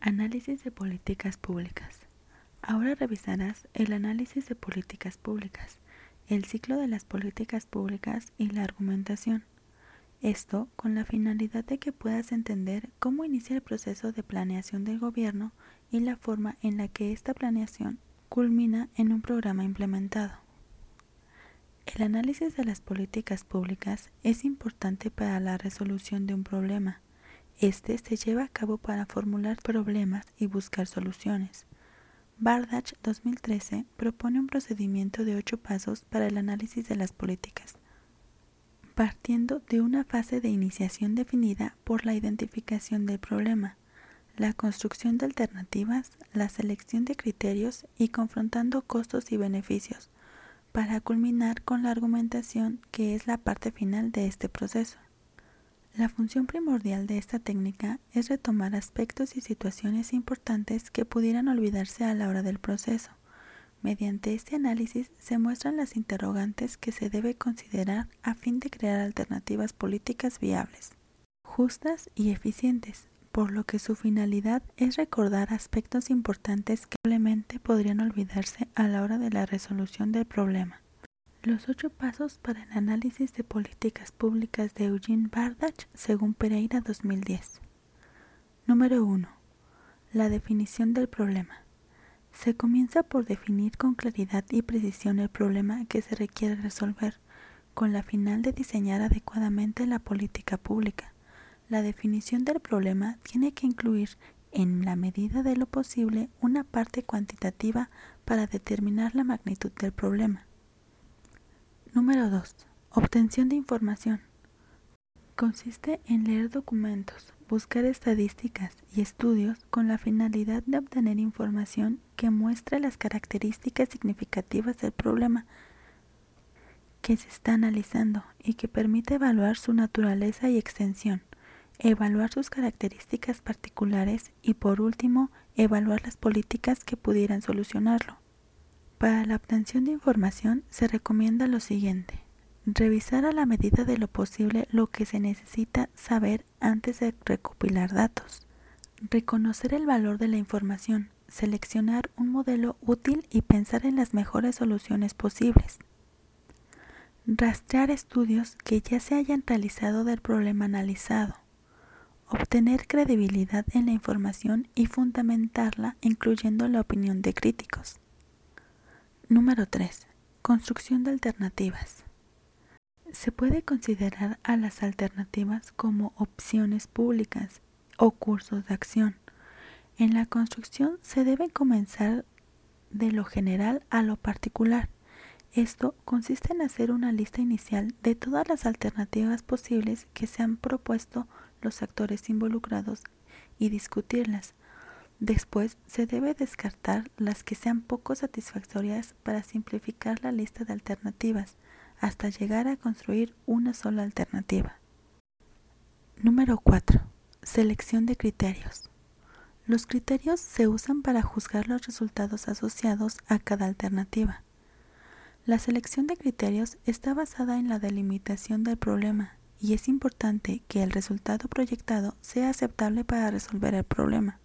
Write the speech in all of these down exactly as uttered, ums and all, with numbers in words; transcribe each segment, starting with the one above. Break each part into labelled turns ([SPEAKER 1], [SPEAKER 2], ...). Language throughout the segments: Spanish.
[SPEAKER 1] Análisis de políticas públicas. Ahora revisarás el análisis de políticas públicas, el ciclo de las políticas públicas y la argumentación. Esto con la finalidad de que puedas entender cómo inicia el proceso de planeación del gobierno y la forma en la que esta planeación culmina en un programa implementado. El análisis de las políticas públicas es importante para la resolución de un problema. Este se lleva a cabo para formular problemas y buscar soluciones. Bardach dos mil trece propone un procedimiento de ocho pasos para el análisis de las políticas, partiendo de una fase de iniciación definida por la identificación del problema, la construcción de alternativas, la selección de criterios y confrontando costos y beneficios, para culminar con la argumentación, que es la parte final de este proceso. La función primordial de esta técnica es retomar aspectos y situaciones importantes que pudieran olvidarse a la hora del proceso. Mediante este análisis se muestran las interrogantes que se debe considerar a fin de crear alternativas políticas viables, justas y eficientes, por lo que su finalidad es recordar aspectos importantes que probablemente podrían olvidarse a la hora de la resolución del problema. Los ocho pasos para el análisis de políticas públicas de Eugene Bardach según Pereira dos mil diez. Número uno. La definición del problema. Se comienza por definir con claridad y precisión el problema que se requiere resolver, con la final de diseñar adecuadamente la política pública. La definición del problema tiene que incluir, en la medida de lo posible, una parte cuantitativa para determinar la magnitud del problema. Número dos. Obtención de información. Consiste en leer documentos, buscar estadísticas y estudios con la finalidad de obtener información que muestre las características significativas del problema que se está analizando y que permite evaluar su naturaleza y extensión, evaluar sus características particulares y, por último, evaluar las políticas que pudieran solucionarlo. Para la obtención de información se recomienda lo siguiente: revisar a la medida de lo posible lo que se necesita saber antes de recopilar datos, reconocer el valor de la información, seleccionar un modelo útil y pensar en las mejores soluciones posibles, rastrear estudios que ya se hayan realizado del problema analizado, obtener credibilidad en la información y fundamentarla incluyendo la opinión de críticos. Número tres. Construcción de alternativas. Se puede considerar a las alternativas como opciones públicas o cursos de acción. En la construcción se debe comenzar de lo general a lo particular. Esto consiste en hacer una lista inicial de todas las alternativas posibles que se han propuesto los actores involucrados y discutirlas. Después se debe descartar las que sean poco satisfactorias para simplificar la lista de alternativas hasta llegar a construir una sola alternativa. Número cuatro. Selección de criterios. Los criterios se usan para juzgar los resultados asociados a cada alternativa. La selección de criterios está basada en la delimitación del problema y es importante que el resultado proyectado sea aceptable para resolver el problema.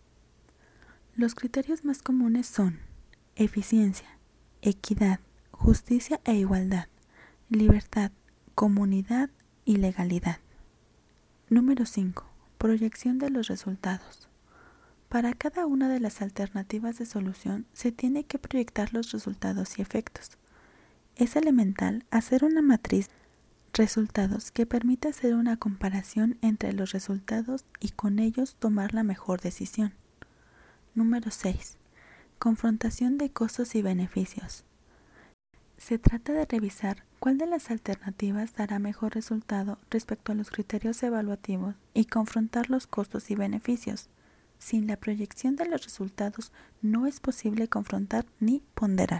[SPEAKER 1] Los criterios más comunes son eficiencia, equidad, justicia e igualdad, libertad, comunidad y legalidad. Número cinco. Proyección de los resultados. Para cada una de las alternativas de solución se tiene que proyectar los resultados y efectos. Es elemental hacer una matriz de resultados que permita hacer una comparación entre los resultados y con ellos tomar la mejor decisión. Número seis. Confrontación de costos y beneficios. Se trata de revisar cuál de las alternativas dará mejor resultado respecto a los criterios evaluativos y confrontar los costos y beneficios. Sin la proyección de los resultados no es posible confrontar ni ponderar.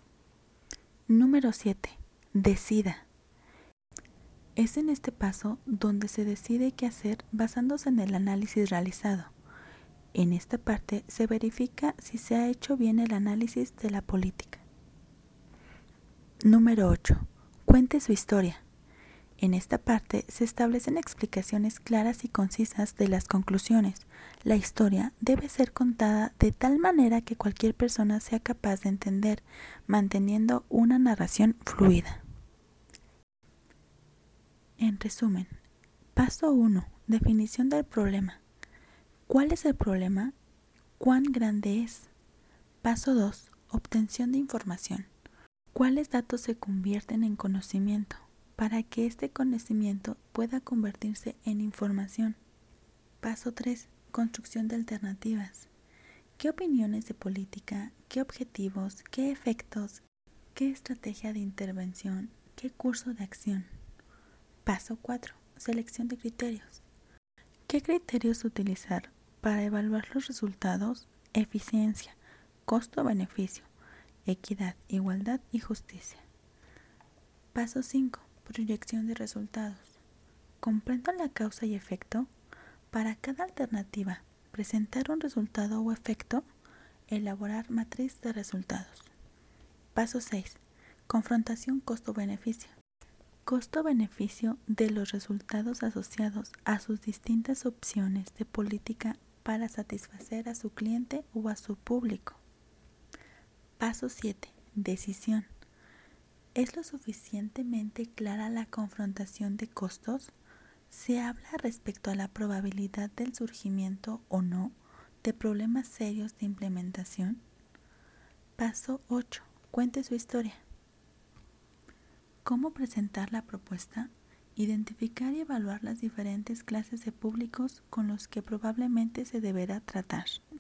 [SPEAKER 1] Número siete. Decida. Es en este paso donde se decide qué hacer basándose en el análisis realizado. En esta parte se verifica si se ha hecho bien el análisis de la política. Número ocho. Cuente su historia. En esta parte se establecen explicaciones claras y concisas de las conclusiones. La historia debe ser contada de tal manera que cualquier persona sea capaz de entender, manteniendo una narración fluida. En resumen, paso uno. Definición del problema. ¿Cuál es el problema? ¿Cuán grande es? Paso dos. Obtención de información. ¿Cuáles datos se convierten en conocimiento? Para que este conocimiento pueda convertirse en información. Paso tres. Construcción de alternativas. ¿Qué opiniones de política, qué objetivos, qué efectos, qué estrategia de intervención, qué curso de acción? Paso cuatro. Selección de criterios. ¿Qué criterios utilizar para evaluar los resultados? Eficiencia, costo-beneficio, equidad, igualdad y justicia. Paso cinco. Proyección de resultados. ¿Comprendo la causa y efecto? Para cada alternativa, presentar un resultado o efecto, elaborar matriz de resultados. Paso seis. Confrontación costo-beneficio. Costo-beneficio de los resultados asociados a sus distintas opciones de política para satisfacer a su cliente o a su público. Paso siete. Decisión. ¿Es lo suficientemente clara la confrontación de costos? ¿Se habla respecto a la probabilidad del surgimiento o no de problemas serios de implementación? Paso ocho. Cuente su historia. ¿Cómo presentar la propuesta? Identificar y evaluar las diferentes clases de públicos con los que probablemente se deberá tratar.